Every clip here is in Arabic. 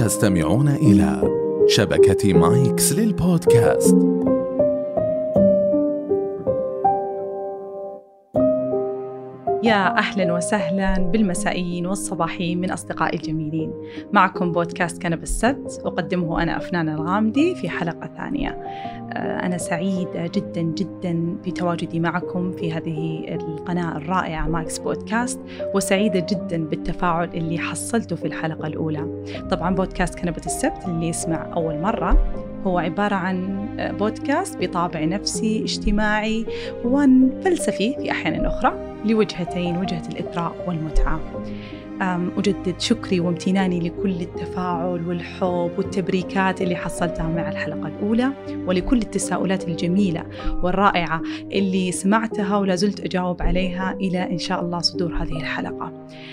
تستمعون إلى شبكة مايكس للبودكاست. يا أهلا وسهلا بالمسائيين والصباحيين من أصدقائي الجميلين. معكم بودكاست كنبة السبت، أقدمه أنا أفنان الغامدي في حلقة ثانية. أنا سعيدة جدا جدا بتواجدي معكم في هذه القناة الرائعة مايكس بودكاست، وسعيدة جدا بالتفاعل اللي حصلته في الحلقة الأولى. طبعا بودكاست كنبة السبت اللي يسمع أول مرة هو عبارة عن بودكاست بطابع نفسي اجتماعي وفلسفي في أحيان أخرى، لوجهتين، وجهة الإثراء والمتعة. أجدد شكري وامتناني لكل التفاعل والحب والتبريكات اللي حصلتها مع الحلقة الأولى، ولكل التساؤلات الجميلة والرائعة اللي سمعتها ولا زلت أجاوب عليها إلى إن شاء الله صدور هذه الحلقة.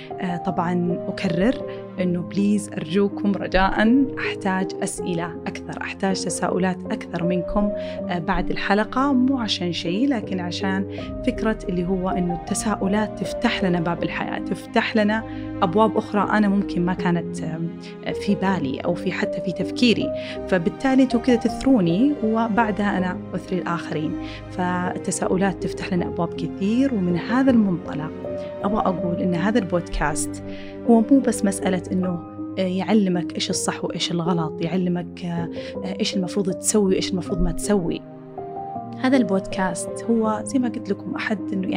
طبعا أكرر أنه بليز أرجوكم رجاء، أحتاج أسئلة أكثر، أحتاج تساؤلات أكثر منكم بعد الحلقة، مو عشان شيء لكن عشان فكرة اللي هو أنه التساؤلات تفتح لنا باب الحياة، تفتح لنا أبواب أخرى أنا ممكن ما كانت في بالي أو في حتى في تفكيري، فبالتالي أنتوا كده تثروني وبعدها أنا أثري الآخرين. فالتساؤلات تفتح لنا أبواب كثير، ومن هذا المنطلق أبغى أقول إن هذا البودكاست هو مو بس مسألة إنه يعلمك إيش الصح وإيش الغلط، يعلمك إيش المفروض تسوي وإيش المفروض ما تسوي. هذا البودكاست هو زي ما قلت لكم أحد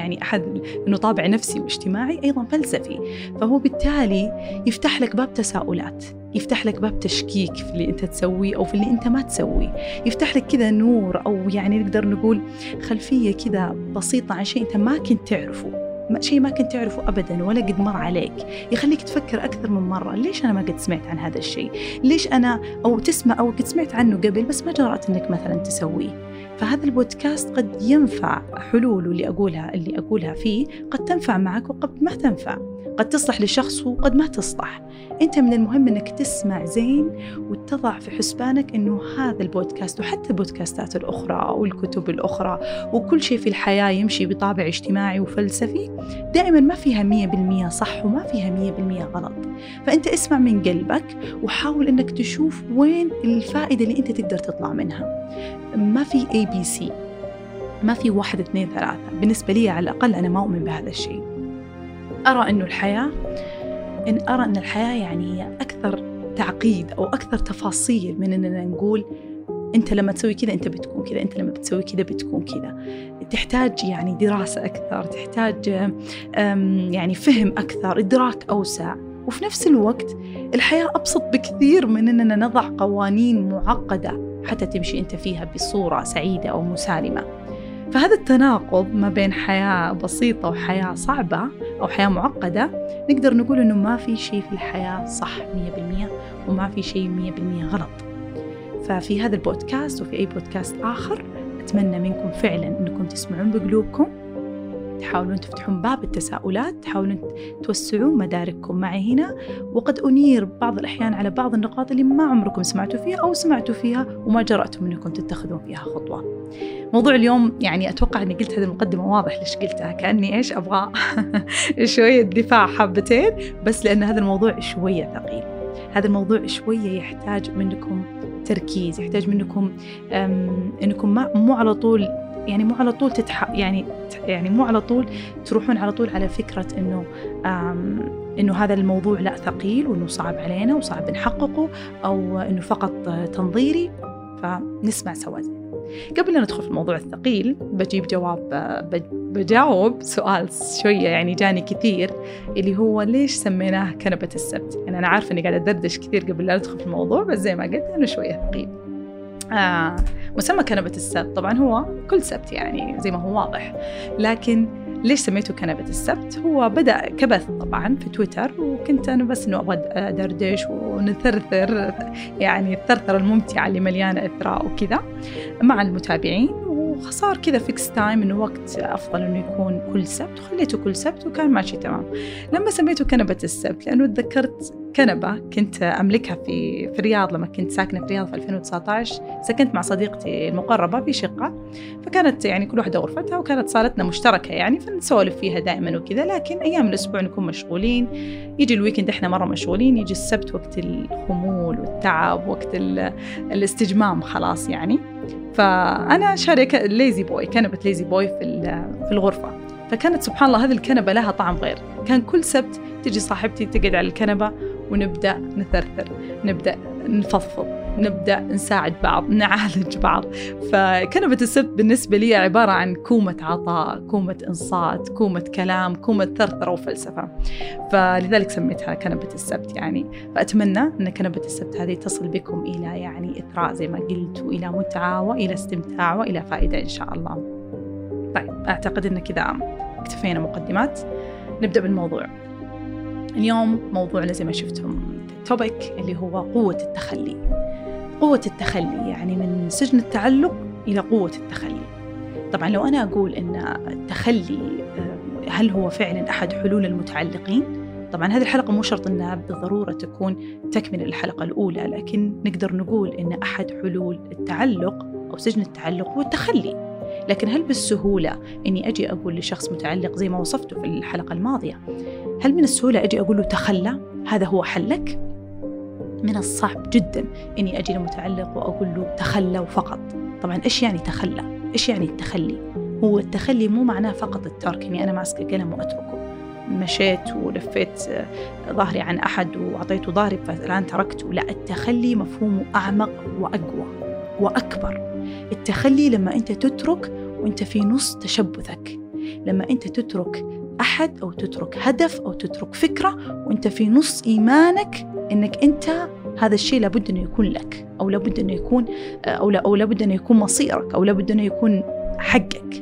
إنه طابع نفسي واجتماعي أيضا فلسفي، فهو بالتالي يفتح لك باب تساؤلات، يفتح لك باب تشكيك في اللي أنت تسويه أو في اللي أنت ما تسويه، يفتح لك كذا نور، أو يعني نقدر نقول خلفية كذا بسيطة عن شيء أنت ما كنت تعرفه، شيء ما كنت تعرفه أبداً ولا قد مر عليك، يخليك تفكر أكثر من مرة ليش أنا ما قد سمعت عن هذا الشيء، ليش أنا أو تسمع أو قد سمعت عنه قبل بس ما جرأت أنك مثلاً تسويه. فهذا البودكاست قد ينفع، حلول اللي أقولها فيه قد تنفع معك وقد ما تنفع، قد تصلح لشخص وقد ما تصلح. أنت من المهم أنك تسمع زين وتضع في حسبانك أنه هذا البودكاست وحتى البودكاستات الأخرى والكتب الأخرى وكل شيء في الحياة يمشي بطابع اجتماعي وفلسفي، دائما ما فيها 100% صح وما فيها 100% غلط. فأنت اسمع من قلبك وحاول أنك تشوف وين الفائدة اللي أنت تقدر تطلع منها. ما في ABC، ما في 1 2 3. بالنسبة لي على الأقل أنا ما أؤمن بهذا الشيء. أرى أن الحياة يعني هي أكثر تعقيد أو أكثر تفاصيل من أننا نقول أنت لما تسوي كذا أنت بتكون كذا، أنت لما بتسوي كذا بتكون كذا. تحتاج يعني دراسة أكثر، تحتاج يعني فهم أكثر، إدراك أوسع، وفي نفس الوقت الحياة أبسط بكثير من أننا نضع قوانين معقدة حتى تمشي أنت فيها بصورة سعيدة أو مسالمة. فهذا التناقض ما بين حياة بسيطة وحياة صعبة أو حياة معقدة، نقدر نقول أنه ما في شيء في الحياة صح 100% وما في شيء 100% غلط. ففي هذا البودكاست وفي أي بودكاست آخر أتمنى منكم فعلا أنكم تسمعون بقلوبكم، تحاولون تفتحون باب التساؤلات، تحاولون توسعون مدارككم معي هنا، وقد أنير بعض الأحيان على بعض النقاط اللي ما عمركم سمعتوا فيها أو سمعتوا فيها وما جرأتم أنكم تتخذون فيها خطوة. موضوع اليوم يعني أتوقع أني قلت هذه المقدمة واضح ليش قلتها، كأني إيش أبغى شوية دفاع حبتين، بس لأن هذا الموضوع شوية ثقيل، هذا الموضوع شوية يحتاج منكم تركيز، يحتاج منكم أنكم مو على طول مو على طول تروحون على طول على فكرة إنه هذا الموضوع لا ثقيل وإنه صعب علينا وصعب نحققه أو إنه فقط تنظيري. فنسمع سوا. قبل أن ندخل في الموضوع الثقيل بجاوب سؤال شوية يعني جاني كثير، اللي هو ليش سميناه كنبة السبت. يعني أنا عارفة إني قاعدة أدردش كثير قبل لا أدخل في الموضوع، بس زي ما قلت إنه شوية ثقيل. مسمى كنبة السبت طبعا هو كل سبت يعني زي ما هو واضح، لكن ليش سميته كنبة السبت؟ هو بدأ كبث طبعا في تويتر، وكنت أنا بس إنه أبغى أدردش ونثرثر، يعني الثرثرة الممتعة اللي مليانة إثراء وكذا مع المتابعين، وصار كذا فيكس تايم إنه وقت أفضل إنه يكون كل سبت، وخليته كل سبت وكان ماشي تمام. لما سميته كنبة السبت لأنه تذكرت كنبة كنت أملكها في الرياض لما كنت ساكنة في الرياض في 2019. سكنت مع صديقتي المقربة في شقة، فكانت يعني كل واحدة غرفتها وكانت صالتنا مشتركة يعني، فنسولف فيها دائما وكذا. لكن أيام الأسبوع نكون مشغولين، يجي الويكند إحنا مرة مشغولين، يجي السبت وقت الخمول والتعب، وقت الاستجمام خلاص يعني. فأنا شاركة ليزي بوي، كنبة ليزي بوي في الغرفة. فكانت سبحان الله هذه الكنبة لها طعم غير. كان كل سبت تجي صاحبتي تقعد على الكنبة ونبدأ نثرثر، نبدأ نفضفض، نبدأ نساعد بعض، نعالج بعض. فكنبة السبت بالنسبة لي عبارة عن كومة عطاء، كومة إنصات، كومة كلام، كومة ثرثرة وفلسفة. فلذلك سميتها كنبة السبت يعني. فأتمنى أن كنبة السبت هذه تصل بكم إلى يعني إثراء زي ما قلت، وإلى متعة، وإلى استمتاع، وإلى فائدة إن شاء الله. طيب أعتقد أن كذا اكتفينا مقدمات، نبدأ بالموضوع. اليوم موضوعنا زي ما شفتم التوبيك اللي هو قوة التخلي. قوة التخلي يعني من سجن التعلق إلى قوة التخلي. طبعا لو أنا أقول إن التخلي هل هو فعلا أحد حلول المتعلقين؟ طبعا هذه الحلقة مو شرط أنها بالضرورة تكون تكمل الحلقة الأولى، لكن نقدر نقول إن أحد حلول التعلق أو سجن التعلق هو التخلي. لكن هل بالسهولة إني أجي أقول لشخص متعلق زي ما وصفته في الحلقة الماضية، هل من السهولة أجي أقول له تخلى هذا هو حلك؟ من الصعب جدا إني أجي لمتعلق وأقول له تخلى وفقط. طبعا إيش يعني تخلى؟ إيش يعني التخلي؟ هو التخلي مو معناه فقط الترك، إني أنا ماسك القلم وأتركه، مشيت ولفيت ظهري عن أحد وأعطيته ظهري فالآن تركته. لا، التخلي مفهومه أعمق وأقوى وأكبر. التخلي لما أنت تترك وأنت في نص تشبثك، لما أنت تترك أحد أو تترك هدف أو تترك فكرة وأنت في نص إيمانك أنك أنت هذا الشيء لابد أنه يكون لك، أو لابد أنه يكون أو لابد أنه يكون مصيرك، أو لابد أنه يكون حقك.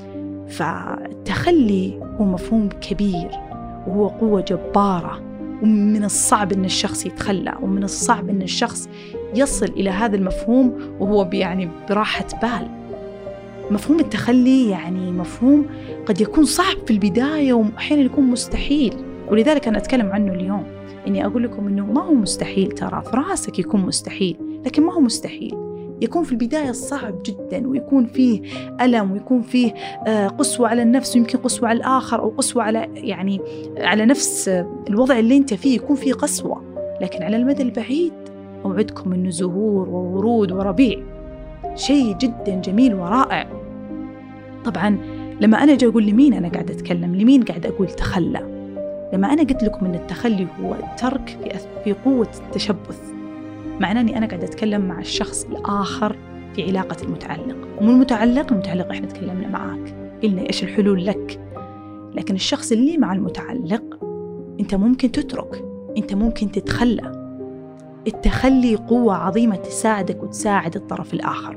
فالتخلي هو مفهوم كبير وهو قوة جبارة، ومن الصعب أن الشخص يتخلى، ومن الصعب أن الشخص يصل إلى هذا المفهوم وهو يعني براحة بال. مفهوم التخلي يعني مفهوم قد يكون صعب في البداية وأحيانا يكون مستحيل، ولذلك أنا أتكلم عنه اليوم، إني أقول لكم إنه ما هو مستحيل، ترى في راسك يكون مستحيل، لكن ما هو مستحيل. يكون في البداية صعب جدا، ويكون فيه ألم، ويكون فيه قسوة على النفس، ويمكن قسوة على الآخر، أو قسوة على نفس الوضع اللي أنت فيه، يكون فيه قسوة. لكن على المدى البعيد أوعدكم إنه زهور وورود وربيع، شيء جدا جميل ورائع. طبعا لما أنا أجي أقول لمين أنا قاعدة أتكلم، لمين قاعدة أقول تخلى؟ لما أنا قلت لكم إن التخلي هو الترك في قوة التشبث، معناه أني أنا قاعدة أتكلم مع الشخص الآخر في علاقة المتعلق. ومن المتعلق إحنا تكلمنا معاك، قلنا إيش الحلول لك. لكن الشخص اللي مع المتعلق أنت ممكن تترك، أنت ممكن تتخلى. التخلي قوة عظيمة تساعدك وتساعد الطرف الآخر.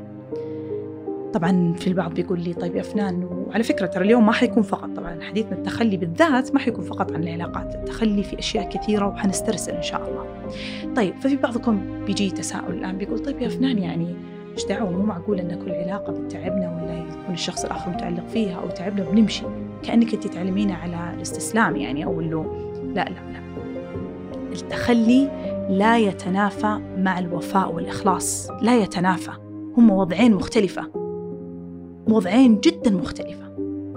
طبعا في البعض بيقول لي طيب يا فنان، وعلى فكرة ترى اليوم ما حيكون فقط، طبعا حديثنا التخلي بالذات ما حيكون فقط عن العلاقات، التخلي في أشياء كثيرة وحنسترسل إن شاء الله. طيب ففي بعضكم بيجي تساؤل الآن بيقول طيب يا فنان يعني إيش دعوة، مو معقول أن كل علاقة بتتعبنا ولا يكون الشخص الآخر متعلق فيها أو تعبنا وبنمشي، كأنك أنت تعلمين على الاستسلام يعني، أو لا لا لا، التخلي لا يتنافى مع الوفاء والإخلاص، لا يتنافى، هم وضعين مختلفة، وضعين جدا مختلفة.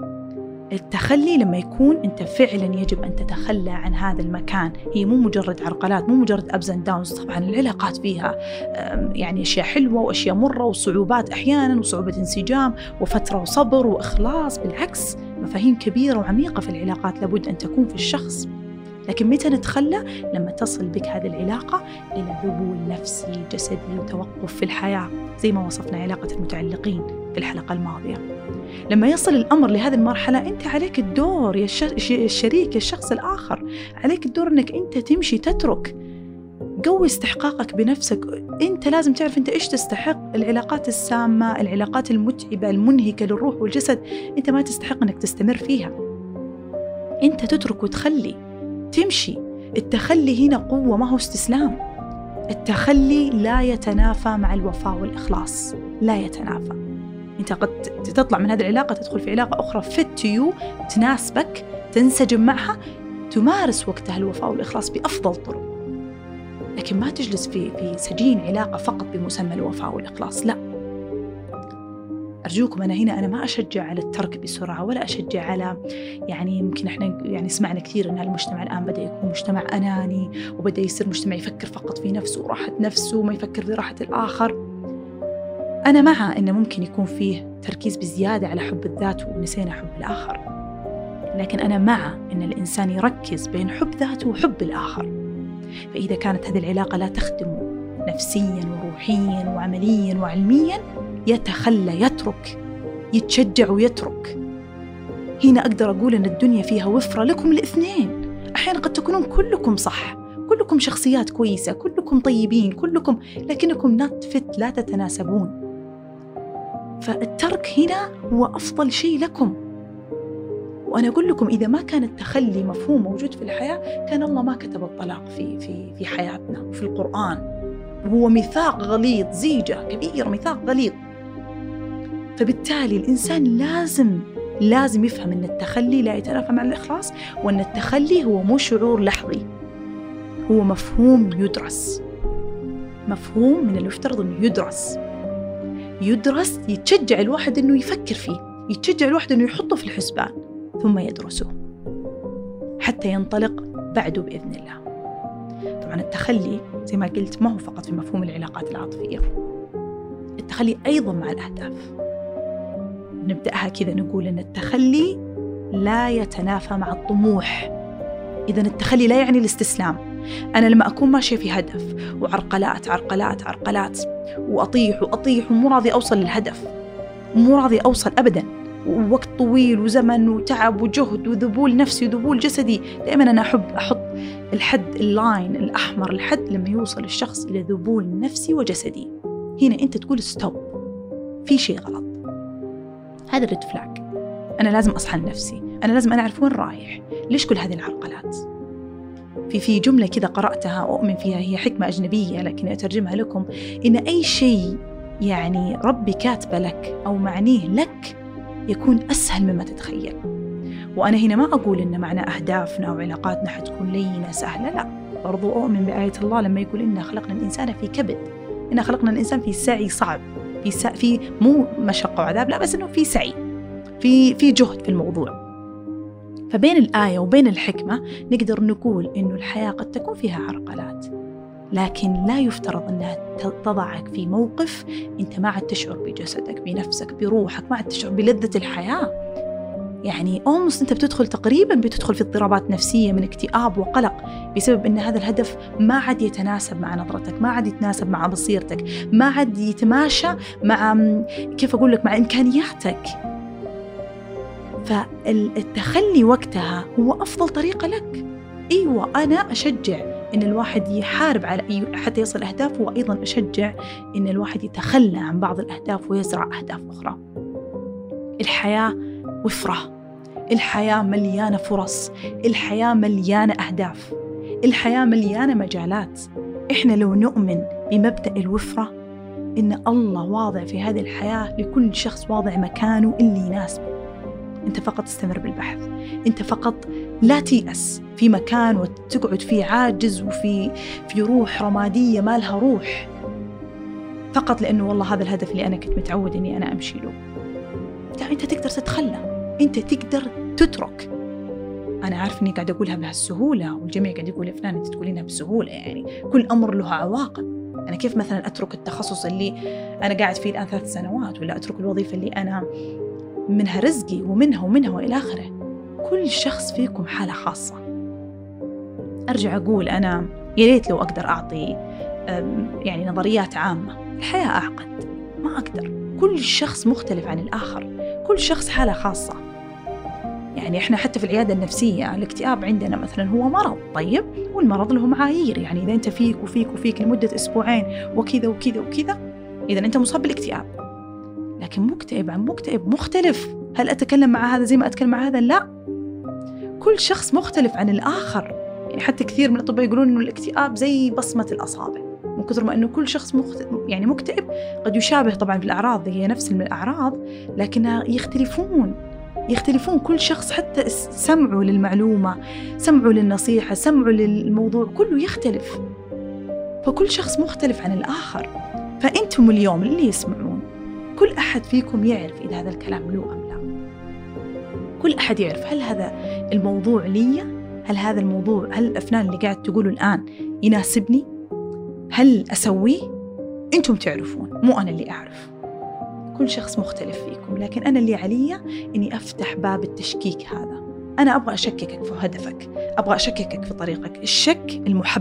التخلي لما يكون أنت فعلا يجب أن تتخلى عن هذا المكان، هي مو مجرد عرقلات، مو مجرد أبز اند داونز. طبعا العلاقات فيها يعني أشياء حلوة وأشياء مرة وصعوبات أحيانا، وصعوبة انسجام وفترة وصبر وإخلاص، بالعكس مفاهيم كبيرة وعميقة في العلاقات لابد أن تكون في الشخص. لكن متى نتخلى؟ لما تصل بك هذه العلاقة إلى ذبول نفسي جسدي وتوقف في الحياة، زي ما وصفنا علاقة المتعلقين في الحلقة الماضية. لما يصل الأمر لهذه المرحلة أنت عليك الدور يا الشريك، يا الشخص الآخر، عليك الدور أنك أنت تمشي تترك. قوي استحقاقك بنفسك، أنت لازم تعرف أنت إيش تستحق. العلاقات السامة، العلاقات المتعبة المنهكة للروح والجسد، أنت ما تستحق أنك تستمر فيها، أنت تترك وتخلي، تمشي. التخلي هنا قوة ما هو استسلام. التخلي لا يتنافى مع الوفاء والإخلاص، لا يتنافى. أنت قد تطلع من هذه العلاقة تدخل في علاقة أخرى fit to you، تناسبك، تنسجم معها، تمارس وقتها الوفاء والإخلاص بأفضل طرق. لكن ما تجلس في سجين علاقة فقط بمسمى الوفاء والإخلاص، لا. أرجوكم، أنا ما أشجع على الترك بسرعة، ولا أشجع على يمكن إحنا سمعنا كثير أن المجتمع الآن بدأ يكون مجتمع أناني، وبدأ يصير مجتمع يفكر فقط في نفسه وراحة نفسه وما يفكر في راحة الآخر. أنا مع أنه ممكن يكون فيه تركيز بزيادة على حب الذات ونسينا حب الآخر، لكن أنا مع أن الإنسان يركز بين حب ذاته وحب الآخر. فإذا كانت هذه العلاقة لا تخدمه نفسياً وروحياً وعملياً وعلمياً، يتخلى، يترك، يتشجع ويترك. هنا أقدر أقول أن الدنيا فيها وفرة لكم الاثنين. أحياناً قد تكونون كلكم صح، كلكم شخصيات كويسة، كلكم طيبين، لكنكم not fit، لا تتناسبون. فالترك هنا هو أفضل شيء لكم. وأنا أقول لكم، إذا ما كان التخلي مفهوم موجود في الحياة، كان الله ما كتب الطلاق في حياتنا وفي القرآن. وهو ميثاق غليظ، زيجة كبيرة، ميثاق غليظ. فبالتالي الإنسان لازم يفهم أن التخلي لا يتنافى مع الإخلاص، وأن التخلي هو مو شعور لحظي، هو مفهوم يدرس، مفهوم من اللي يفترض أنه يدرس، يتشجع الواحد أنه يفكر فيه، يتشجع الواحد أنه يحطه في الحسبان، ثم يدرسه حتى ينطلق بعده بإذن الله. طبعا التخلي زي ما قلت ما هو فقط في مفهوم العلاقات العاطفية، التخلي أيضا مع الأهداف. نبدأها كذا، نقول أن التخلي لا يتنافى مع الطموح. إذن التخلي لا يعني الاستسلام. أنا لما أكون ماشية في هدف وعرقلات وأطيح ومو راضي أوصل للهدف، مو راضي أوصل أبدا، ووقت طويل وزمن وتعب وجهد وذبول نفسي وذبول جسدي، دائما أنا أحب أحط الحد، اللاين الأحمر، الحد لما يوصل الشخص إلى ذبول نفسي وجسدي. هنا أنت تقول ستوب، في شيء غلط، هذا الريد فلاج. أنا لازم أصحى لنفسي، أنا لازم أعرف وين رايح، ليش كل هذه العرقلات. في جملة كذا قرأتها أؤمن فيها، هي حكمة أجنبية لكن أترجمها لكم، إن أي شيء ربي كاتبه لك أو معنيه لك يكون أسهل مما تتخيل. وأنا هنا ما أقول إن معنى أهدافنا وعلاقاتنا حتكون لينة سهلة، لا. برضو أؤمن بآية الله لما يقول إنا خلقنا الإنسان في كبد، إنا خلقنا الإنسان في سعي صعب، في مو مشقة وعذاب، لا، بس إنه في سعي، في جهد في الموضوع. فبين الآية وبين الحكمة نقدر نقول إنه الحياة قد تكون فيها عرقلات، لكن لا يفترض أنها تضعك في موقف أنت ما عاد تشعر بجسدك، بنفسك، بروحك، ما عاد تشعر بلذة الحياة. أنت بتدخل في اضطرابات نفسية من اكتئاب وقلق بسبب أن هذا الهدف ما عاد يتناسب مع نظرتك، ما عاد يتناسب مع بصيرتك، ما عاد يتماشى مع مع إمكانياتك. فالتخلي وقتها هو أفضل طريقة لك. أيوة، أنا أشجع إن الواحد يحارب حتى يصل أهدافه، وأيضا أشجع إن الواحد يتخلى عن بعض الأهداف ويزرع أهداف أخرى. الحياة وفرة، الحياة مليانة فرص، الحياة مليانة أهداف، الحياة مليانة مجالات. إحنا لو نؤمن بمبدأ الوفرة، إن الله واضع في هذه الحياة لكل شخص واضع مكانه اللي يناسبه. أنت فقط استمر بالبحث، أنت فقط لا تيأس في مكان وتقعد فيه عاجز وفي روح رمادية ما لها روح، فقط لأنه والله هذا الهدف اللي أنا كنت متعود إني أنا أمشي له. أنت تقدر تتخلى، أنت تقدر تترك. أنا عارف إني قاعد أقولها بهالسهولة، والجميع قاعد يقول فلان أنت تقولينها بسهولة، كل أمر له عواقب. أنا كيف مثلا أترك التخصص اللي أنا قاعد فيه الآن 3 سنوات، ولا أترك الوظيفة اللي أنا منها رزقي ومنها وإلى آخره. كل شخص فيكم حالة خاصة. أرجع أقول أنا يا ريت لو أقدر أعطي نظريات عامة. الحياة أعقد، ما أقدر. كل شخص مختلف عن الآخر، كل شخص حالة خاصة. إحنا حتى في العيادة النفسية الاكتئاب عندنا مثلا هو مرض، طيب، والمرض له معايير. إذا أنت فيك لمدة أسبوعين وكذا وكذا وكذا، إذا أنت مصاب بالاكتئاب. لكن مكتئب عن مكتئب مختلف. هل أتكلم مع هذا زي ما أتكلم مع هذا؟ لا، كل شخص مختلف عن الآخر. حتى كثير من الأطباء يقولون إنه الاكتئاب زي بصمة الأصابع، من كثر ما أنه كل شخص يعني مكتئب قد يشابه طبعا بالأعراض، هي نفس الأعراض لكنها يختلفون كل شخص، حتى سمعه للمعلومة، سمعه للنصيحة، سمعه للموضوع كله يختلف، فكل شخص مختلف عن الآخر. فأنتم اليوم اللي يسمعون كل أحد فيكم يعرف إذا هذا الكلام له أم لا. كل أحد يعرف هل هذا الموضوع لي، هل هذا الموضوع، هل الأفنان اللي قاعد تقوله الآن يناسبني، هل أسويه؟ أنتم تعرفون، مو أنا اللي أعرف. كل شخص مختلف فيكم، لكن أنا اللي علي إني أفتح باب التشكيك هذا. أنا أبغى أشككك في هدفك، أبغى أشككك في طريقك. الشك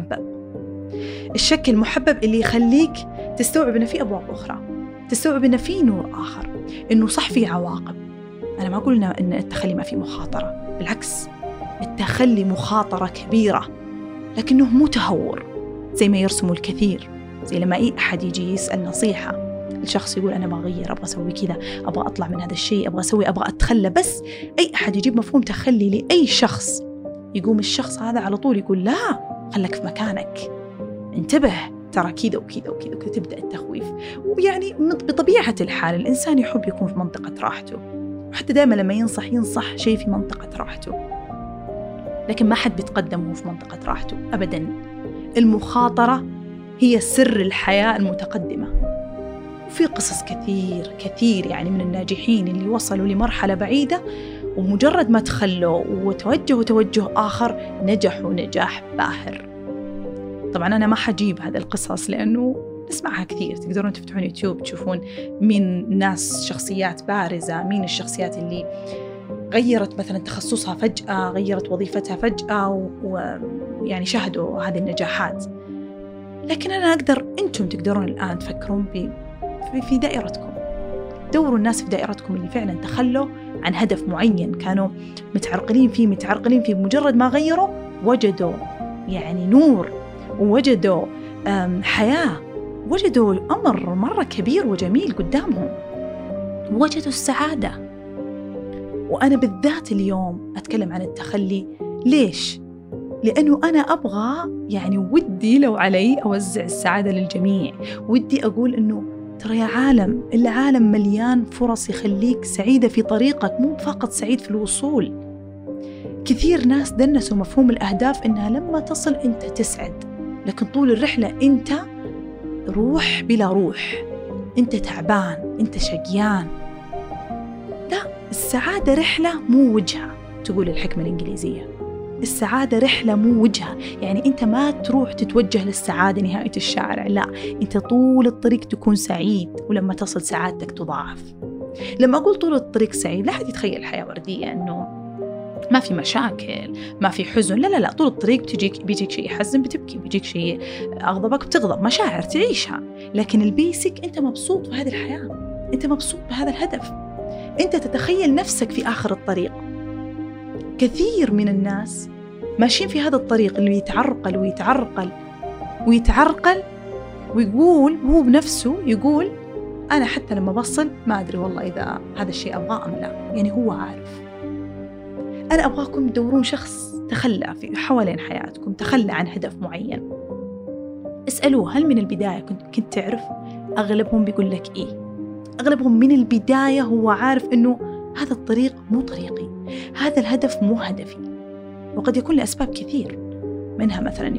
المحبب اللي يخليك تستوعب إن في أبواب أخرى، تستوعب إن في نور آخر، إنه صح في عواقب. أنا ما قلنا إن التخلي ما في مخاطرة، بالعكس التخلي مخاطرة كبيرة، لكنه مو تهور زي ما يرسموا الكثير. زي لما أي أحد يجي يسأل نصيحة، الشخص يقول أنا بغير، أبغى أسوي كذا، أبغى أطلع من هذا الشيء، أبغى أتخلى. بس أي أحد يجيب مفهوم تخلي لأي شخص، يقوم الشخص هذا على طول يقول لا، خلك في مكانك، انتبه، ترى كذا وكذا وكذا وكذا، تبدأ التخويف. ويعني بطبيعة الحال الإنسان يحب يكون في منطقة راحته، وحتى دائما لما ينصح شيء في منطقة راحته، لكن ما حد بيتقدم في منطقة راحته أبدا. المخاطرة هي سر الحياة المتقدمة. وفي قصص كثير يعني من الناجحين اللي وصلوا لمرحلة بعيدة، ومجرد ما تخلوا وتوجهوا توجه آخر نجحوا نجاح باهر. طبعا أنا ما حجيب هذه القصص لأنه نسمعها كثير، تقدرون تفتحون يوتيوب تشوفون مين ناس شخصيات بارزة، مين الشخصيات اللي غيرت مثلا تخصصها فجأة، غيرت وظيفتها فجأة، ويعني شاهدوا هذه النجاحات. لكن أنا أنتم تقدرون الآن تفكرون في دائرتكم، دوروا الناس في دائرتكم اللي فعلا تخلوا عن هدف معين كانوا متعرقلين فيه، بمجرد ما غيروا وجدوا يعني نور، ووجدوا حياة، وجدوا أمر مرة كبير وجميل قدامهم، وجدوا السعادة. وأنا بالذات اليوم أتكلم عن التخلي. ليش؟ لأنه أنا أبغى يعني ودي لو علي أوزع السعادة للجميع، ودي أقول أنه ترى يا عالم، العالم مليان فرص يخليك سعيدة في طريقك، مو فقط سعيد في الوصول. كثير ناس دنسوا مفهوم الأهداف إنها لما تصل أنت تسعد، لكن طول الرحلة أنت روح بلا روح، أنت تعبان، أنت شقيان. لا، السعادة رحلة مو وجهة، تقول الحكمة الإنجليزية. السعادة رحلة مو وجهة، يعني أنت ما تروح تتوجه للسعادة نهاية الشارع، لا، أنت طول الطريق تكون سعيد، ولما تصل سعادتك تضاعف. لما أقول طول الطريق سعيد، لا أحد يتخيل حياة وردية أنه ما في مشاكل، ما في حزن، لا، طول الطريق بيجيك شيء يحزن بتبكي، بيجيك شيء أغضبك بتغضب، مشاعر تعيشها، لكن البيسك أنت مبسوط بهذه الحياة، أنت مبسوط بهذا الهدف، أنت تتخيل نفسك في آخر الطريق. كثير من الناس ماشيين في هذا الطريق اللي يتعرقل ويقول هو بنفسه، يقول أنا حتى لما بصل ما أدري والله إذا هذا الشيء أبغاه أم لا، يعني هو عارف. أنا أبغاكم تدورون شخص تخلى في حوالين حياتكم، تخلى عن هدف معين، اسألوه هل من البداية كنت تعرف؟ أغلبهم بيقول لك إيه، أغلبهم من البداية هو عارف إنه هذا الطريق مو طريقي، هذا الهدف مو هدفي. وقد يكون لأسباب كثير، منها مثلا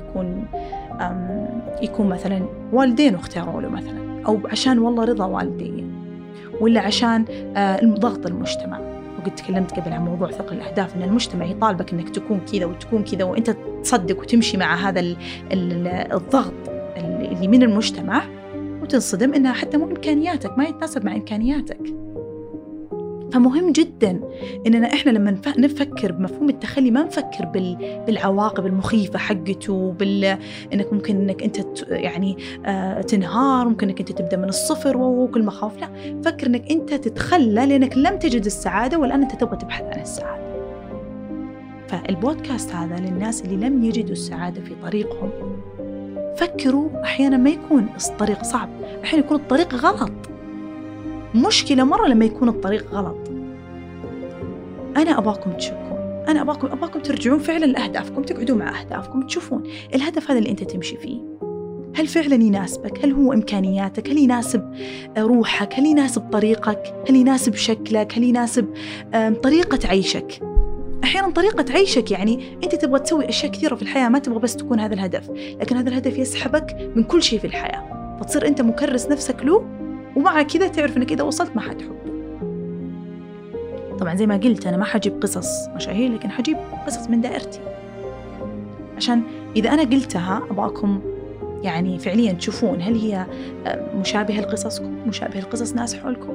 يكون مثلا والدينه اختاروا له مثلا، أو عشان والله رضا والديه، ولا عشان ضغط المجتمع. وقد تكلمت قبل عن موضوع ثقل الأهداف، إن المجتمع يطالبك إنك تكون كذا وتكون كذا، وإنت تصدق وتمشي مع هذا الضغط اللي من المجتمع، وتنصدم إنها حتى مو إمكانياتك، ما يتناسب مع إمكانياتك. فمهم جدا إننا إحنا لما نفكر بمفهوم التخلي ما نفكر بالعواقب المخيفة حقته، إنك ممكن إنك أنت يعني تنهار، ممكن إنك أنت تبدأ من الصفر وكل مخاوف. لا، فكر إنك أنت تتخلى لأنك لم تجد السعادة، والآن أنت تبغى تبحث عن السعادة. فالبودكاست هذا للناس اللي لم يجدوا السعادة في طريقهم. فكروا، أحيانا ما يكون الطريق صعب، أحيانا يكون الطريق غلط. مشكلة مرة لما يكون الطريق غلط. أنا أباكم تشكون، أنا أباكم ترجعون فعلا لأهدافكم، تقعدوا مع أهدافكم، تشوفون الهدف هذا اللي أنت تمشي فيه، هل فعلا يناسبك؟ هل هو إمكانياتك؟ هل يناسب روحك؟ هل يناسب طريقك؟ هل يناسب شكلك؟ هل يناسب طريقة عيشك؟ أحيانا طريقة عيشك يعني أنت تبغى تسوي أشياء كثيرة في الحياة، ما تبغى بس تكون هذا الهدف، لكن هذا الهدف يسحبك من كل شيء في الحياة، فتصير أنت مكرس نفسك له، ومع كذا تعرف أنك إذا وصلت ما حتحبه. طبعا زي ما قلت أنا ما حجيب قصص مشاهير، لكن حجيب قصص من دائرتي، عشان إذا أنا قلتها أبغاكم يعني فعليا تشوفون هل هي مشابهة لقصصكم، مشابهة لقصص ناس حولكم.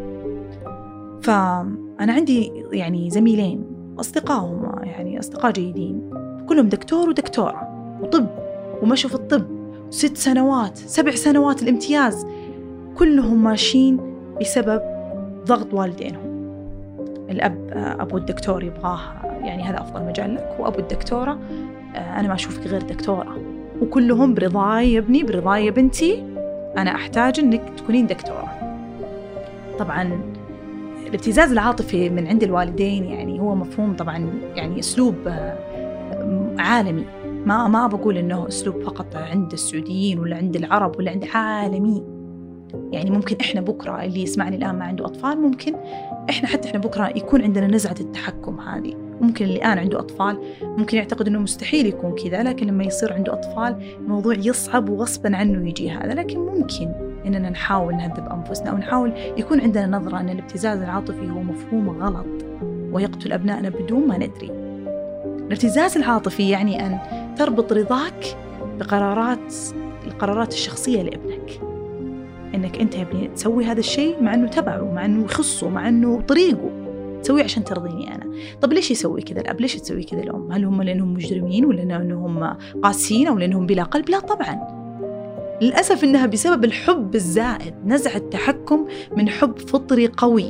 فأنا عندي يعني زميلين أصدقائهم يعني أصدقاء جيدين، كلهم دكتور ودكتورة وطب، ومشوا في الطب 6 سنوات 7 سنوات الامتياز، كلهم ماشيين بسبب ضغط والدينهم. الأب أبو الدكتور يبغاه يعني هذا أفضل مجال لك، وأبو الدكتورة أنا ما أشوفك غير دكتورة، وكلهم برضاي يا ابني برضاي يا بنتي، أنا أحتاج أنك تكونين دكتورة. طبعا الابتزاز العاطفي من عند الوالدين يعني هو مفهوم طبعا يعني أسلوب عالمي، ما بقول إنه أسلوب فقط عند السعوديين ولا عند العرب ولا عند عالمي. يعني ممكن إحنا بكرة اللي يسمعني الآن ما عنده أطفال، ممكن إحنا بكرة يكون عندنا نزعة التحكم هذه، ممكن اللي الآن عنده أطفال ممكن يعتقد إنه مستحيل يكون كذا، لكن لما يصير عنده أطفال الموضوع يصعب وغصبا عنه يجي هذا. لكن ممكن إننا نحاول نهذب أنفسنا، أو نحاول يكون عندنا نظرة أن الابتزاز العاطفي هو مفهوم غلط ويقتل أبنائنا بدون ما ندري. الابتزاز العاطفي يعني أن تربط رضاك القرارات الشخصية لابنك، إنك أنت يا ابني تسوي هذا الشيء مع أنه تبعه، مع أنه يخصه، مع أنه طريقه، تسويه عشان ترضيني أنا. طب ليش يسوي كذا الأب؟ ليش تسوي كذا الأم؟ هل هم لأنهم مجرمين ولا لأنهم قاسيين أو لأنهم بلا قلب؟ لا طبعا، للأسف إنها بسبب الحب الزائد، نزع التحكم من حب فطري قوي.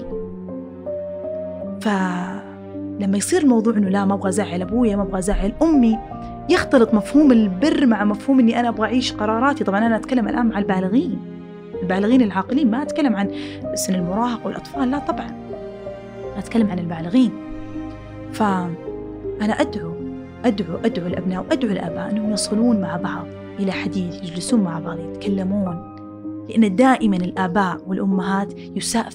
فلما يصير الموضوع إنه لا ما أبغى أزعل أبويا، ما أبغى أزعل أمي، يختلط مفهوم البر مع مفهوم إني أنا أبغى أعيش قراراتي. طبعا أنا أتكلم الآن مع البالغين العاقلين، ما أتكلم عن سن المراهقة والأطفال، لا طبعا أتكلم عن البالغين. فأنا أدعو الأبناء وأدعو الآباء أنهم يصلون مع بعض إلى حديث، يجلسون مع بعض يتكلمون، لأن دائما الآباء والأمهات يساء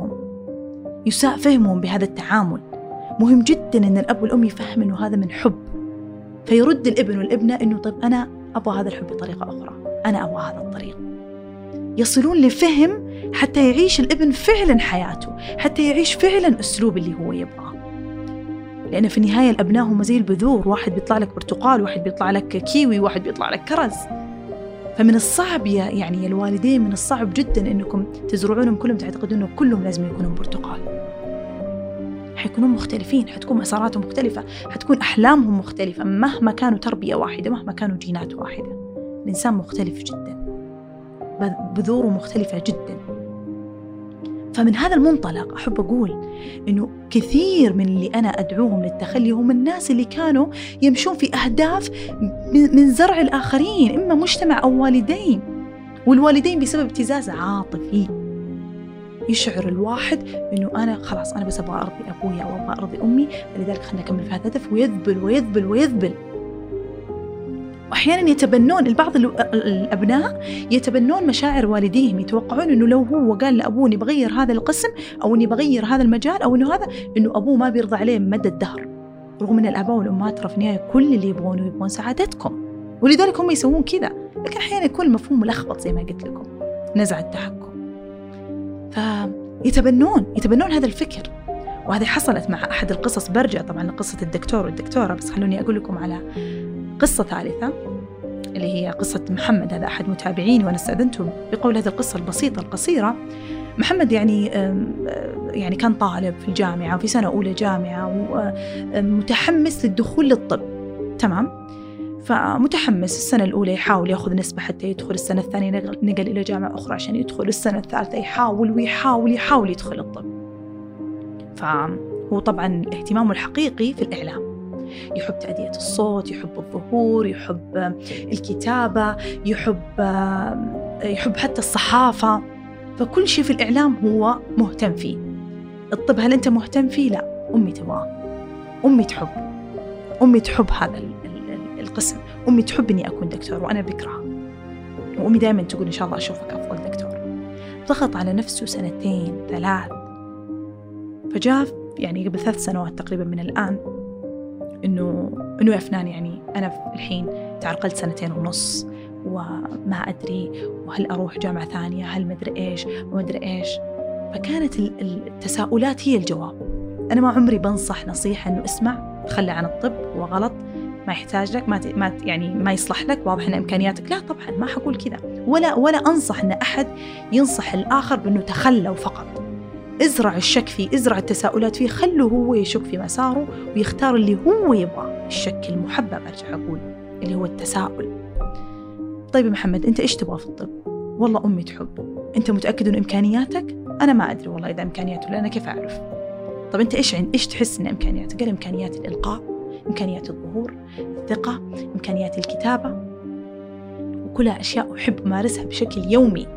فهمهم بهذا التعامل. مهم جدا أن الأب والأم يفهم أنه هذا من حب، فيرد الابن والابنة أنه طيب أنا أبغى هذا الحب بطريقة أخرى، أنا أبغى هذا الطريق. يصلون لفهم حتى يعيش الابن فعلا حياته، حتى يعيش فعلا أسلوب اللي هو يبغاه. لأن في النهاية الأبناء هم زي البذور، واحد بيطلع لك برتقال، واحد بيطلع لك كيوي، واحد بيطلع لك كرز. فمن الصعب يا الوالدين، من الصعب جدا أنكم تزرعونهم كلهم تعتقدون أنه كلهم لازم يكونوا برتقال. حيكونون مختلفين، حتكون مساراتهم مختلفة، حتكون أحلامهم مختلفة، مهما كانوا تربية واحدة، مهما كانوا جينات واحدة. الإنسان مختلف جدا، بذوره مختلفة جدا. فمن هذا المنطلق أحب أقول إنه كثير من اللي أنا أدعوهم للتخلي هم الناس اللي كانوا يمشون في أهداف من زرع الآخرين، إما مجتمع أو والدين، والوالدين بسبب ابتزاز عاطفي يشعر الواحد إنه أنا خلاص أنا بس أبغى أرضي أبويا أو أبغى أرضي أمي، فلذلك خلنا نكمل في هذا الهدف، ويذبل. وأحيانا يتبنون البعض الأبناء يتبنون مشاعر والديهم، يتوقعون إنه لو هو قال لأبوه إني بغير هذا القسم أو إني بغير هذا المجال أو إنه هذا، إنه أبوه ما بيرضى عليه مدى الدهر، رغم أن الآباء والأمهات ترى في النهاية كل اللي يبغون سعادتكم، ولذلك هم يسوون كذا. لكن أحيانا يكون المفهوم ملخبط زي ما قلت لكم، نزع التحكم، فيتبنون هذا الفكر. وهذه حصلت مع أحد القصص، برجع طبعا لقصة الدكتور والدكتورة، بس خلوني أقول لكم على قصة ثالثة اللي هي قصة محمد. هذا أحد متابعيني وأنا استأذنته بقول هذه القصة البسيطة القصيرة. محمد يعني كان طالب في الجامعة وفي سنة أولى جامعة ومتحمس للدخول للطب، تمام؟ فمتحمس السنة الأولى يحاول يأخذ نسبة حتى يدخل، السنة الثانية نقل إلى جامعة أخرى عشان يدخل، السنة الثالثة يحاول يدخل الطب. فهو طبعا اهتمامه الحقيقي في الإعلام، يحب تأدية الصوت، يحب الظهور، يحب الكتابة، يحب حتى الصحافة، فكل شيء في الإعلام هو مهتم فيه. الطب هل أنت مهتم فيه؟ لا، أمي تبغاه، أمي تحب هذا القسم، أمي تحب أني أكون دكتور وأنا بكره. وأمي دائما تقول إن شاء الله أشوفك أفضل دكتور. ضغط على نفسه 2 3 فجاء يعني قبل 3 سنوات تقريبا من الآن إنه يا فنان يعني أنا الحين تعرقلت 2.5 سنين وما أدري، وهل أروح جامعة ثانية، هل مدري إيش ومدري إيش. فكانت التساؤلات هي الجواب. أنا ما عمري بنصح نصيحة إنه اسمع تخلى عن الطب وغلط، ما يحتاج لك، ما يصلح لك، واضح إن إمكانياتك. لا طبعا ما حقول كذا، ولا أنصح إن أحد ينصح الآخر بأنه تخلى فقط. ازرع الشك فيه، ازرع التساؤلات فيه، خله هو يشك في مساره ويختار اللي هو يبغاه. الشك المحبب أرجع أقول اللي هو التساؤل. طيب يا محمد أنت إيش تبغى في الطب؟ والله أمي تحبه. أنت متأكد إن إمكانياتك؟ أنا ما أدري والله إذا إمكانياته، لأن كيف أعرف؟ طب أنت إيش تحس إن إمكانياتك؟ قال إمكانيات الإلقاء، إمكانيات الظهور، الثقة، إمكانيات الكتابة، وكلها أشياء أحب أمارسها بشكل يومي.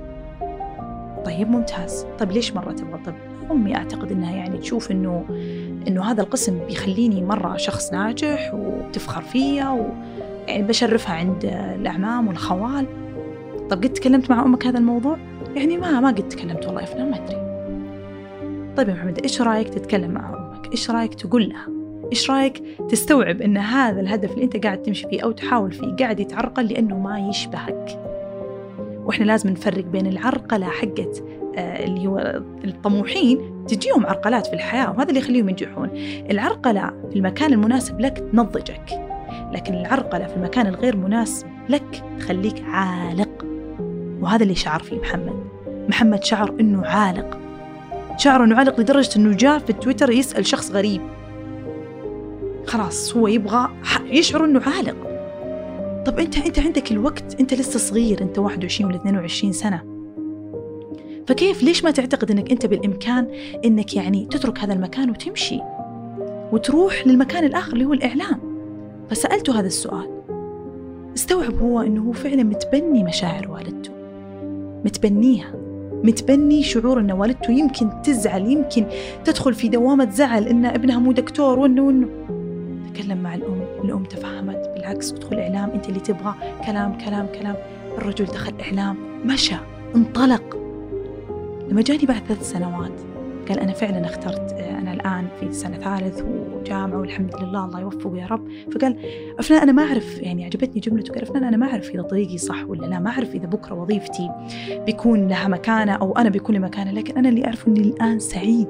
طيب ممتاز. طب ليش مرة تبغى طب؟ أمي أعتقد إنها يعني تشوف إنه هذا القسم بيخليني مرة شخص ناجح وتفخر فيا، يعني بشرفها عند الأعمام والخوال. طب قد تكلمت مع أمك هذا الموضوع؟ يعني ما قد تكلمت والله يا فلان، ما أدري. طيب يا محمد إيش رأيك تتكلم مع أمك؟ إيش رأيك تقول لها؟ إيش رأيك تستوعب إن هذا الهدف اللي أنت قاعد تمشي فيه أو تحاول فيه قاعد يتعرقل لأنه ما يشبهك؟ وإحنا لازم نفرق بين العرقلة حقت اللي هو الطموحين تجيهم عرقلات في الحياة وهذا اللي يخليهم ينجحون. العرقلة في المكان المناسب لك تنضجك، لكن العرقلة في المكان الغير مناسب لك تخليك عالق. وهذا اللي شعر فيه محمد شعر إنه عالق، شعر إنه عالق لدرجة إنه جاء في تويتر يسأل شخص غريب. خلاص هو يبغى يشعر إنه عالق. طب أنت عندك الوقت، أنت لسه صغير، أنت 21 ولا 22 سنة، فكيف ليش ما تعتقد إنك أنت بالإمكان إنك يعني تترك هذا المكان وتمشي وتروح للمكان الآخر اللي هو الإعلام؟ فسألته هذا السؤال، استوعب هو إنه هو فعلا متبني مشاعر والدته، متبنيها، متبني شعور إن والدته يمكن تزعل، يمكن تدخل في دوامة زعل إن ابنها مو دكتور وإنه تكلم مع الأم تفهمت، بالعكس ادخل إعلام، أنت اللي تبغى كلام. الرجل دخل إعلام، مشى، انطلق. لما جاني بعد 3 سنوات قال أنا فعلا اخترت، أنا الآن في سنة 3 وجامعة والحمد لله الله يوفقه يا رب. فقال أفنان أنا ما أعرف، يعني عجبتني جملته، قال أفنان أنا ما أعرف إذا طريقي صح ولا لا، ما أعرف إذا بكرة وظيفتي بيكون لها مكانة أو أنا بيكون لي مكانة، لكن أنا اللي أعرفه أني الآن سعيد.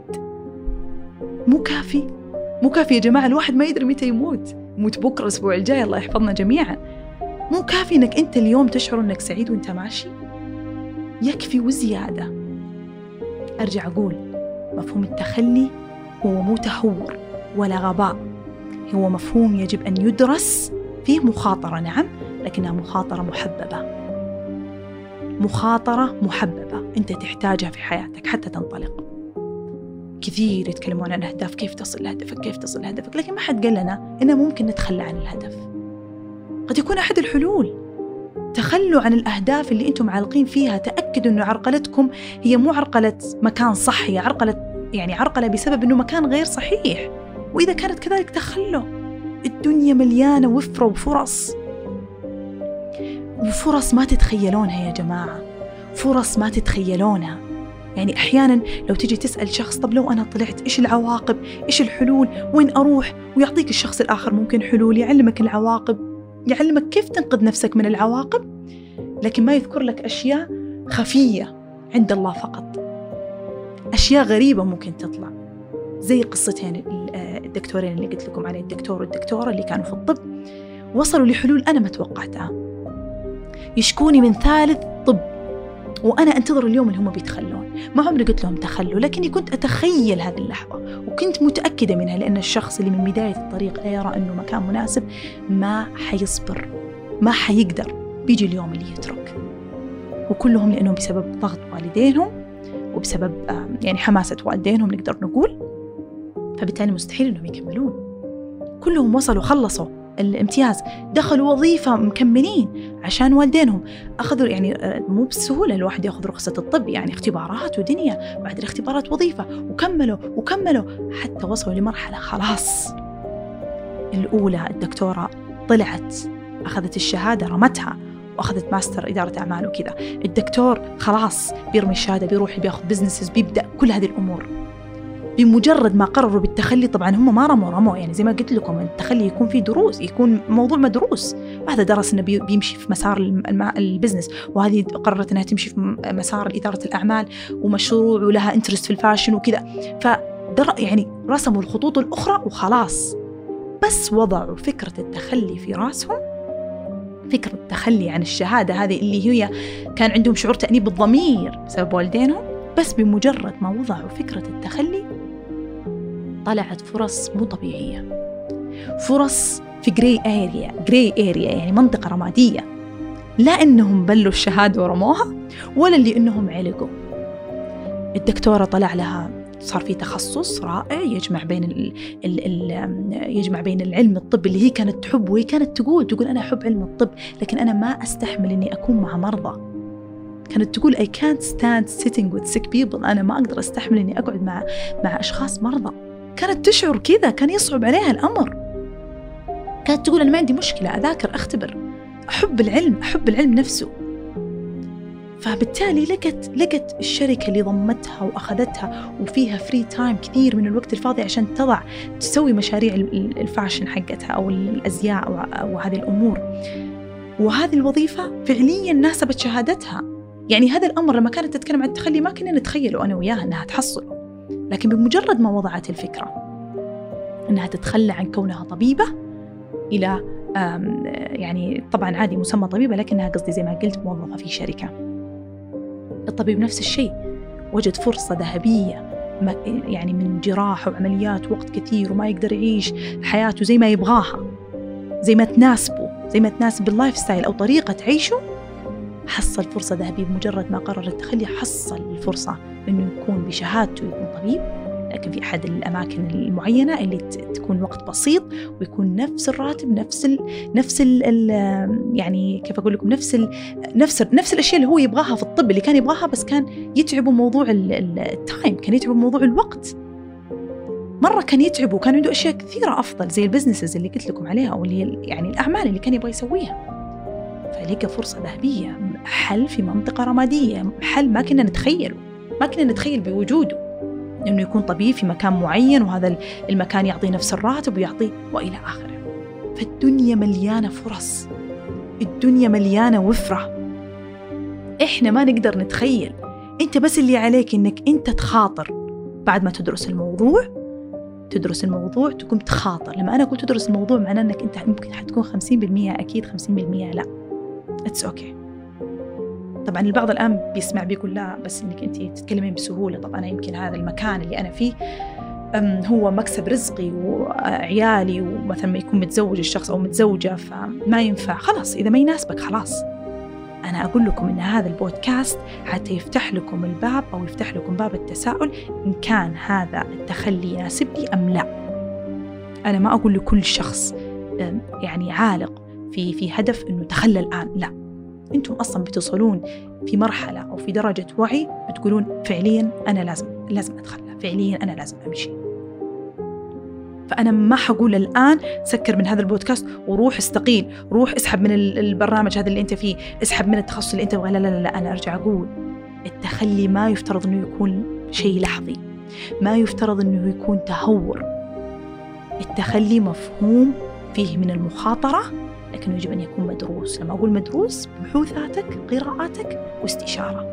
مو كافي يا جماعة، الواحد ما يدري متى يموت بكرة الأسبوع الجاي، الله يحفظنا جميعا. مو كافي أنك أنت اليوم تشعر أنك سعيد وأنت ماشي، يكفي وزيادة. أرجع أقول مفهوم التخلي هو مو تهور ولا غباء، هو مفهوم يجب أن يدرس، فيه مخاطرة نعم، لكنها مخاطرة محببة أنت تحتاجها في حياتك حتى تنطلق. كثير يتكلمون عن أهداف، كيف تصل لهدفك، لكن ما حد قال لنا إنه ممكن نتخلى عن الهدف. قد يكون أحد الحلول تخلوا عن الأهداف اللي أنتم عالقين فيها. تأكدوا أنه عرقلتكم هي مو عرقلة مكان صح، هي عرقلة بسبب أنه مكان غير صحيح. وإذا كانت كذلك تخلوا. الدنيا مليانة وفرة وفرص ما تتخيلونها يا جماعة، فرص ما تتخيلونها. يعني أحيانا لو تجي تسأل شخص طب لو أنا طلعت إيش العواقب، إيش الحلول، وين أروح، ويعطيك الشخص الآخر ممكن حلول، يعلمك العواقب، يعلمك كيف تنقذ نفسك من العواقب، لكن ما يذكر لك أشياء خفية عند الله فقط، أشياء غريبة ممكن تطلع. زي قصتين الدكتورين اللي قلت لكم عليه، الدكتور والدكتورة اللي كانوا في الطب وصلوا لحلول أنا ما توقعتها. يشكوني من 3 طب وأنا أنتظر اليوم اللي هم بيتخلون. ما عمري قلت لهم تخلوا، لكني كنت أتخيل هذه اللحظة وكنت متأكدة منها، لأن الشخص اللي من بداية الطريق لا يرى أنه مكان مناسب ما حيصبر، ما حيقدر، بيجي اليوم اللي يترك. وكلهم لأنهم بسبب ضغط والدينهم وبسبب يعني حماسة والدينهم نقدر نقول، فبالتالي مستحيل أنهم يكملون. كلهم وصلوا، خلصوا الامتياز، دخلوا وظيفة مكملين عشان والدينهم. أخذوا يعني مو بسهولة الواحد يأخذ رخصة الطب، يعني اختبارات ودنيا، بعد الاختبارات وظيفة، وكملوا حتى وصلوا لمرحلة خلاص الأولى الدكتورة طلعت، أخذت الشهادة، رمتها وأخذت ماستر إدارة أعمال وكذا. الدكتور خلاص بيرمي الشهادة، بيروح بياخذ بزنسز، بيبدأ كل هذه الأمور. بمجرد ما قرروا بالتخلي، طبعا هم ما رموا يعني زي ما قلت لكم، التخلي يكون فيه دروس، يكون موضوع مدروس. وهذا درس إنه بيمشي في مسار البزنس، وهذه قررت إنها تمشي في مسار إدارة الأعمال ومشروع ولها انترست في الفاشن وكذا. يعني رسموا الخطوط الأخرى وخلاص، بس وضعوا فكرة التخلي في راسهم، فكرة التخلي عن الشهادة هذه اللي هي كان عندهم شعور تأنيب الضمير بسبب والدينهم. بس بمجرد ما وضعوا فكرة التخلي طلعت فرص مو طبيعية، فرص في جراي اريا يعني منطقة رمادية. لا إنهم بلوا الشهادة ورموها، ولا اللي إنهم علقوا. الدكتورة طلع لها صار في تخصص رائع يجمع بين العلم الطبي اللي هي كانت تحبه، وهي كانت تقول أنا أحب علم الطب، لكن أنا ما أستحمل إني أكون مع مرضى. كانت تقول I can't stand sitting with sick people، أنا ما أقدر أستحمل إني أقعد مع أشخاص مرضى. كانت تشعر كذا، كان يصعب عليها الأمر. كانت تقول أنا ما عندي مشكلة أذاكر أختبر، أحب العلم نفسه. فبالتالي لقت الشركة اللي ضمتها وأخذتها وفيها فري تايم كثير من الوقت الفاضي عشان تسوي مشاريع الفاشن حقتها أو الأزياء أو هذه الأمور. وهذه الوظيفة فعليا ناسبت شهادتها. يعني هذا الأمر لما كانت تتكلم عن التخلي ما كنا نتخيله أنا وياها أنها تحصله، لكن بمجرد ما وضعت الفكرة أنها تتخلى عن كونها طبيبة إلى يعني طبعا عادي مسمى طبيبة، لكنها قصدي زي ما قلت موظفة في شركة. الطبيب نفس الشيء، وجد فرصة ذهبية يعني من جراحة وعمليات وقت كثير، وما يقدر يعيش حياته زي ما يبغاها، زي ما تناسب اللايف ستايل أو طريقة عيشه. حصل فرصة ذهبية بمجرد ما قرر التخلي، حصل الفرصة إنه يكون بشهادته يكون طبيب، لكن في أحد الأماكن المعينة اللي تكون وقت بسيط ويكون نفس الراتب، نفس ال يعني كيف أقول لكم، نفس الأشياء اللي هو يبغاها في الطب اللي كان يبغاها، بس كان يتعبوا موضوع التايم، كان يتعبوا موضوع الوقت مرة، كان يتعبوا، كان عنده أشياء كثيرة أفضل زي البزنسز اللي قلت لكم عليها، أو اللي هي يعني الأعمال اللي كان يبغى يسويها. فلقى فرصة ذهبية، حل في منطقة رمادية، حل ما كنا نتخيل بوجوده إنه يكون طبيب في مكان معين، وهذا المكان يعطي نفس الراتب ويعطي وإلى آخره. فالدنيا مليانة فرص، الدنيا مليانة وفرة، إحنا ما نقدر نتخيل. أنت بس اللي عليك إنك أنت تخاطر. بعد ما تدرس الموضوع تقوم تخاطر. لما أنا قلت تدرس الموضوع معناه أنك أنت ممكن حتكون 50% أكيد، 50% لا، it's okay. طبعا البعض الآن بيسمع بيقول لا بس إنك أنت تتكلمين بسهولة. طب أنا يمكن هذا المكان اللي أنا فيه هو مكسب رزقي وعيالي، ومثلا ما يكون متزوج الشخص أو متزوجة فما ينفع. خلاص إذا ما يناسبك خلاص. أنا أقول لكم إن هذا البودكاست حتى يفتح لكم الباب أو يفتح لكم باب التساؤل إن كان هذا التخلي يناسبني أم لا. أنا ما أقول لكل شخص يعني عالق في هدف إنه تخلى الآن، لا. أنتم أصلا بتصلون في مرحلة أو في درجة وعي بتقولون فعليا أنا لازم أتخلى، فعليا أنا لازم أمشي. فأنا ما حقول الآن سكر من هذا البودكاست وروح استقيل، روح اسحب من البرنامج هذا اللي أنت فيه، اسحب من التخصص اللي أنت تبغاه. لا، أنا أرجع أقول التخلي ما يفترض أنه يكون شيء لحظي، ما يفترض أنه يكون تهور. التخلي مفهوم فيه من المخاطرة، لكنه يجب أن يكون مدروس. لما أقول مدروس، بحوثاتك، قراءاتك واستشارة.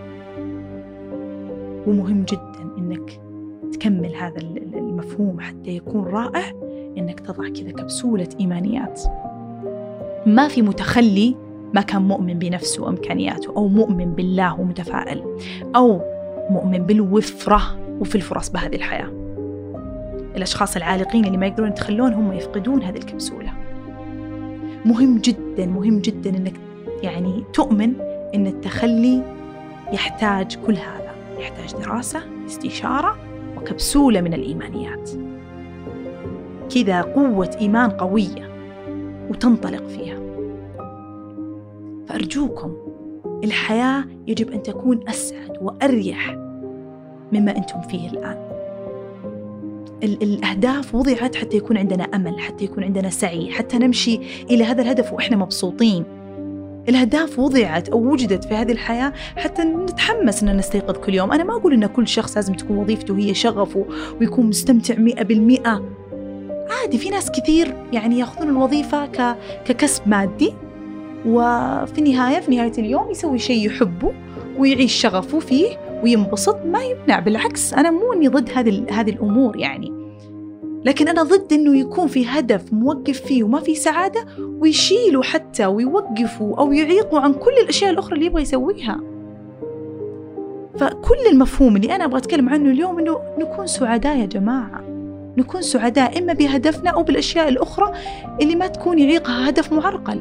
ومهم جدا أنك تكمل هذا المفهوم حتى يكون رائع، أنك تضع كذا كبسولة إيمانيات. ما في متخلي ما كان مؤمن بنفسه وإمكانياته، أو مؤمن بالله ومتفائل، أو مؤمن بالوفرة وفي الفرص بهذه الحياة. الأشخاص العالقين اللي ما يقدرون يتخلون هم يفقدون هذه الكبسولة. مهم جدا أنك يعني تؤمن أن التخلي يحتاج كل هذا، يحتاج دراسة، استشارة، وكبسولة من الإيمانيات، كذا قوة إيمان قوية وتنطلق فيها. فأرجوكم، الحياة يجب أن تكون أسعد وأريح مما أنتم فيه الآن. الأهداف وضعت حتى يكون عندنا أمل، حتى يكون عندنا سعي، حتى نمشي إلى هذا الهدف وإحنا مبسوطين. الأهداف وضعت أو وجدت في هذه الحياة حتى نتحمس أن نستيقظ كل يوم. أنا ما أقول أن كل شخص لازم تكون وظيفته هي شغفه ويكون مستمتع 100%. عادي، في ناس كثير يعني يأخذون الوظيفة ككسب مادي، وفي نهاية اليوم يسوي شيء يحبه ويعيش شغفه فيه وينبسط. ما يمنع، بالعكس أنا مو أني ضد هذه الأمور يعني، لكن أنا ضد أنه يكون في هدف موقف فيه وما في سعادة ويشيله حتى ويوقفه أو يعيقه عن كل الأشياء الأخرى اللي يبغى يسويها. فكل المفهوم اللي أنا أبغى أتكلم عنه اليوم أنه نكون سعداء يا جماعة، نكون سعداء إما بهدفنا أو بالأشياء الأخرى اللي ما تكون يعيقها هدف معرقل.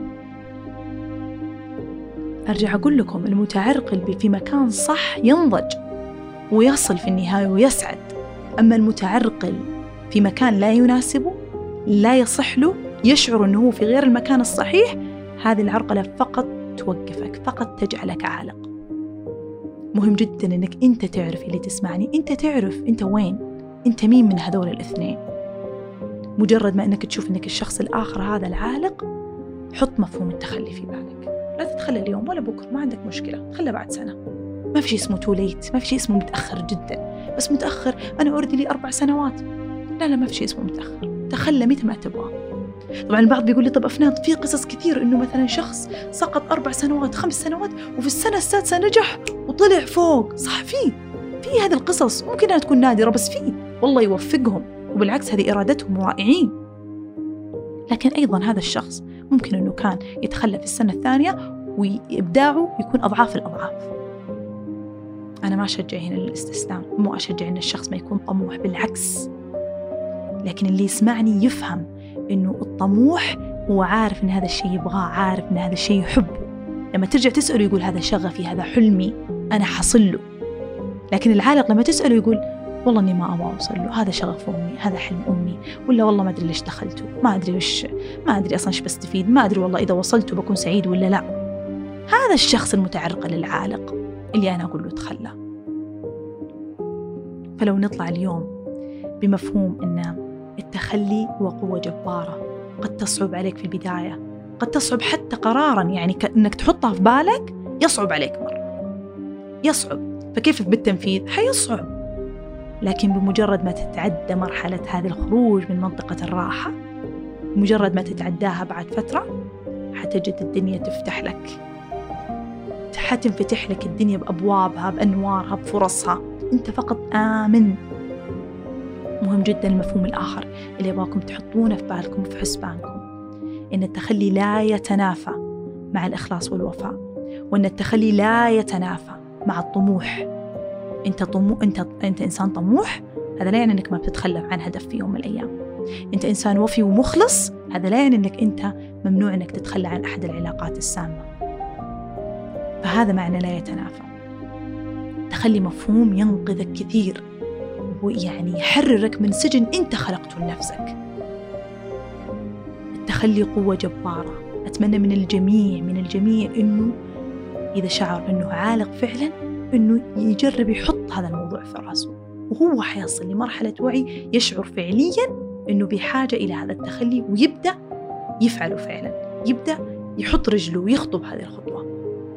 أرجع أقول لكم، المتعرقل في مكان صح ينضج ويصل في النهاية ويسعد، أما المتعرقل في مكان لا يناسبه، لا يصح له، يشعر أنه هو في غير المكان الصحيح، هذه العرقلة فقط توقفك، فقط تجعلك عالق. مهم جدا أنك أنت تعرف، اللي تسمعني أنت تعرف أنت وين، أنت مين من هذول الاثنين. مجرد ما أنك تشوف أنك الشخص الآخر هذا العالق، حط مفهوم التخلي في بالك. لا تتخلى اليوم ولا بكرة، ما عندك مشكلة، تخلى بعد سنة. ما في شيء اسمه توليت، ما في شيء اسمه متأخر جدا. بس متأخر أنا أريد لي 4 سنوات، لا ما في شيء اسمه متأخر. تخلى متى ما تبغى. طبعا البعض بيقول لي طب أفنان، في قصص كثير إنه مثلا شخص سقط 4 سنوات 5 سنوات وفي السنة السادسة نجح وطلع فوق. صح، في هذه القصص ممكن أنها تكون نادرة، بس والله يوفقهم، وبالعكس هذه إرادتهم رائعين. لكن أيضا هذا الشخص ممكن أنه كان يتخلى في السنة الثانية وإبداعه يكون أضعاف الأضعاف. أنا ما أشجع هنا الاستسلام، مو أشجع أن الشخص ما يكون طموح، بالعكس. لكن اللي يسمعني يفهم أنه الطموح هو عارف أن هذا الشيء يبغاه، عارف أن هذا الشيء يحبه. لما ترجع تسأله يقول هذا شغفي، هذا حلمي، أنا حصل له. لكن العالق لما تسأله يقول والله أني ما أبغى أوصل له، هذا شغف أمي، هذا حلم أمي، ولا والله ما أدري ليش دخلته، ما أدري أصلا إيش بستفيد، ما أدري والله إذا وصلته بكون سعيد ولا لا. هذا الشخص المتعرقل العالق اللي أنا أقول له تخلى. فلو نطلع اليوم بمفهوم أن التخلي هو قوة جبارة، قد تصعب عليك في البداية، قد تصعب حتى قرارا، يعني أنك تحطها في بالك يصعب عليك مرة، يصعب، فكيف بالتنفيذ حيصعب. لكن بمجرد ما تتعدى مرحلة هذا الخروج من منطقة الراحة، مجرد ما تتعداها بعد فترة، حتجد الدنيا تفتح لك، حتنفتح لك الدنيا بأبوابها، بأنوارها، بفرصها. أنت فقط آمن. مهم جدا المفهوم الآخر اللي يبغاكم تحطونه في بالكم وفي حسبانكم، إن التخلي لا يتنافى مع الإخلاص والوفاء، وأن التخلي لا يتنافى مع الطموح. أنت إنسان طموح، هذا لا يعني أنك ما بتتخلى عن هدف في يوم من الأيام. أنت إنسان وفي ومخلص، هذا لا يعني أنك أنت ممنوع أنك تتخلى عن أحد العلاقات السامة. فهذا معنى لا يتنافى. تخلي مفهوم ينقذك كثير، ويعني يحررك من سجن أنت خلقته لنفسك. التخلي قوة جبارة. أتمنى من الجميع إنه إذا شعر إنه عالق فعلا، إنه يجرب يحط هذا الموضوع في رأسه، وهو حيصل لمرحلة وعي يشعر فعليا إنه بحاجة إلى هذا التخلي، ويبدأ يفعله فعلا، يبدأ يحط رجله ويخطب هذه الخطوة.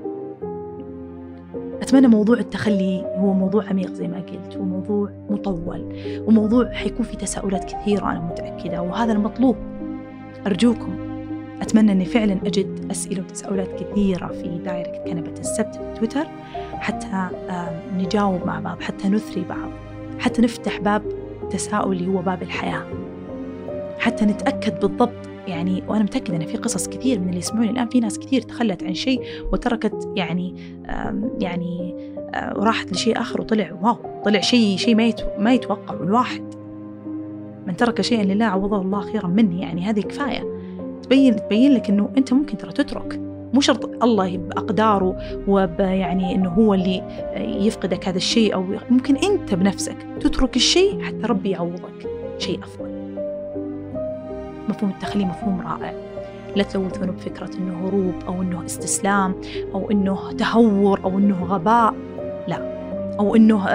أتمنى موضوع التخلي هو موضوع عميق زي ما قلت، وموضوع مطول، وموضوع حيكون فيه تساؤلات كثيرة أنا متأكدة، وهذا المطلوب. أرجوكم، أتمنى أني فعلا أجد أسئلة وتساؤلات كثيرة في دائرة كنبة السبت في تويتر، حتى نجاوب مع بعض، حتى نثري بعض، حتى نفتح باب تساؤل اللي هو باب الحياة، حتى نتأكد بالضبط. يعني وأنا متأكدة أن في قصص كثير من اللي يسمعوني الآن، في ناس كثير تخلت عن شيء وتركت يعني وراحت لشيء آخر، وطلع طلع شيء ما يتوقع. الواحد من ترك شيئا لله عوضه الله خيرا منه. يعني هذه كفاية تبين لك إنه أنت ممكن ترى تترك، مو شرط الله بأقداره يعني إنه هو اللي يفقدك هذا الشيء، أو ممكن أنت بنفسك تترك الشيء حتى ربي يعوضك شيء أفضل. مفهوم التخلي مفهوم رائع. لا تلوثونه بفكرة إنه هروب، أو إنه استسلام، أو إنه تهور، أو إنه غباء، لا، أو إنه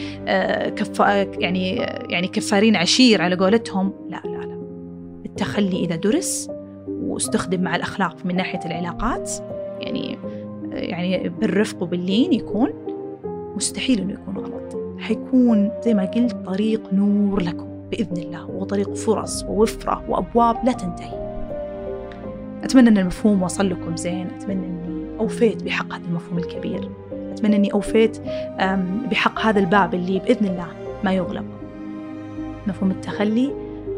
يعني كفارين عشير على قولتهم. لا. التخلي إذا درس واستخدم مع الأخلاق من ناحية العلاقات، يعني بالرفق وباللين يكون، مستحيل إنه يكون غلط. حيكون زي ما قلت طريق نور لكم بإذن الله، وطريق فرص ووفرة وأبواب لا تنتهي. أتمنى أن المفهوم وصل لكم زين، أتمنى أني أوفيت بحق هذا المفهوم الكبير، أتمنى أني أوفيت بحق هذا الباب اللي بإذن الله ما يغلق، مفهوم التخلي.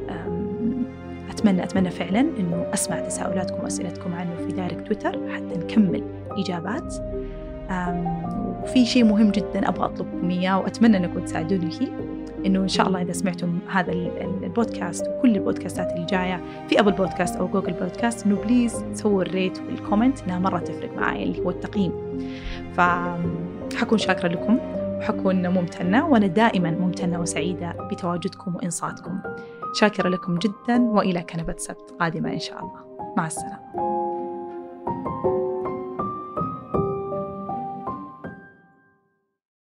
أتمنى فعلا أنه أسمع تساؤلاتكم وأسئلتكم عنه في دايركت تويتر حتى نكمل إجابات. وفي شيء مهم جدا أبغى أطلبكم إياه وأتمنى أنكم تساعدوني فيه، إنه إن شاء الله إذا سمعتم هذا البودكاست وكل البودكاستات اللي جاية في أبل بودكاست أو جوجل بودكاست، إنه بليز سووا الريت والكومنت، إنها مرة تفرق معايا اللي هو التقييم. فحكون شاكرة لكم وحكون ممتنة، وأنا دائما ممتنة وسعيدة بتواجدكم وإنصاتكم. شاكرة لكم جدا، وإلى كنبة سبت قادمة إن شاء الله. مع السلامة.